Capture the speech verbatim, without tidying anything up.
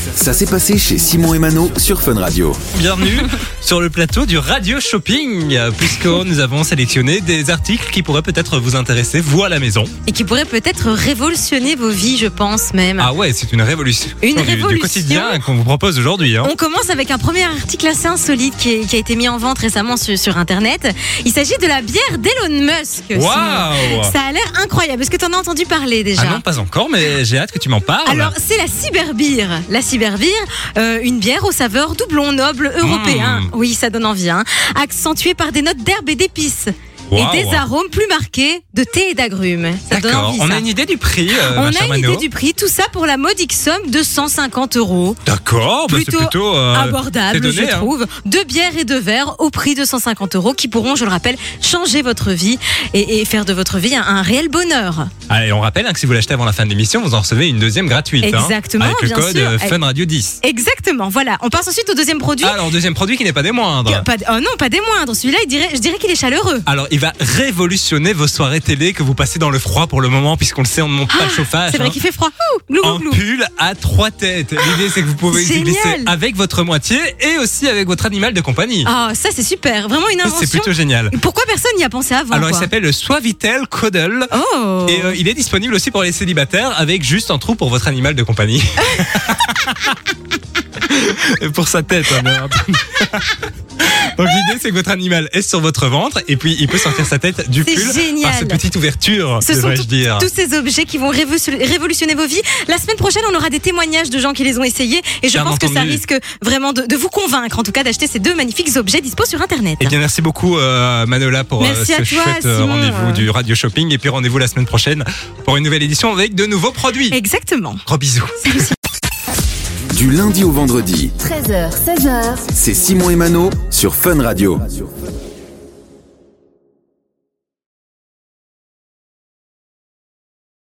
Ça s'est passé chez Simon et Mano sur Fun Radio. Bienvenue sur le plateau du Radio Shopping, puisque nous avons sélectionné des articles qui pourraient peut-être vous intéresser, vous à la maison. Et qui pourrait peut-être révolutionner vos vies, je pense même. Ah ouais, c'est une révolution, Une du, révolution. du quotidien qu'on vous propose aujourd'hui. Hein. On commence avec un premier article assez insolite qui, est, qui a été mis en vente récemment sur, sur Internet. Il s'agit de la bière d'Elon Musk. Waouh! Ça a l'air incroyable. Est-ce que tu en as entendu parler déjà? Ah non, pas encore, mais j'ai hâte que tu m'en parles. Alors, c'est la Cyberbeer. La Cyberbeer, euh, une bière aux saveurs doublon noble européen. Mmh. Oui, ça donne envie. Hein. Accentuée par des notes d'herbes et d'épices. Wow. Et des arômes plus marqués de thé et d'agrumes. Ça donne D'accord, envie, on ça. a une idée du prix, euh, On ma a chère une Mano. idée du prix. Tout ça pour la modique somme de cent cinquante euros. D'accord, bah Plutôt c'est plutôt euh, abordable, c'est donné, je hein. trouve. Deux bières et deux verres au prix de cent cinquante euros qui pourront, je le rappelle, changer votre vie et, et faire de votre vie un, un réel bonheur. Allez, on rappelle hein, que si vous l'achetez avant la fin de l'émission, vous en recevez une deuxième gratuite. Exactement, hein, avec le bien code sûr. euh, Fun Radio dix. Exactement, voilà. On passe ensuite au deuxième produit. Alors, deuxième produit qui n'est pas des moindres. Pas, oh non, pas des moindres. Celui-là, il dirait, je dirais qu'il est chaleureux. Alors, il va révolutionner vos soirées télé que vous passez dans le froid pour le moment, puisqu'on le sait, on ne monte pas le chauffage. C'est vrai hein. qu'il fait froid. Ouh, glou, glou, Un glou. pull à trois têtes. L'idée, c'est que vous pouvez y Génial. glisser avec votre moitié et aussi avec votre animal de compagnie. Ah, ça c'est super. Vraiment une invention. C'est plutôt génial. Pourquoi personne n'y a pensé avant? Alors, quoi il s'appelle le Suavitel Cuddle. Oh. Et euh, il est disponible aussi pour les célibataires avec juste un trou pour votre animal de compagnie. Et pour sa tête. Hein, mais un peu. Donc l'idée c'est que votre animal est sur votre ventre et puis il peut sortir sa tête du C'est pull génial. par cette petite ouverture, Ce sont devrais-je tout- dire. tous ces objets qui vont révolution- révolutionner vos vies. La semaine prochaine, on aura des témoignages de gens qui les ont essayés et je Bien pense que ça entendu. risque vraiment de, de vous convaincre, en tout cas, d'acheter ces deux magnifiques objets dispo sur Internet. Eh bien merci beaucoup euh, Manola pour euh, Merci ce à toi, chouette euh, Simon. rendez-vous du Radio Shopping et puis rendez-vous la semaine prochaine pour une nouvelle édition avec de nouveaux produits. Exactement. Gros bisous. Du lundi au vendredi, treize heures, seize heures. c'est Simon et Mano sur Fun Radio.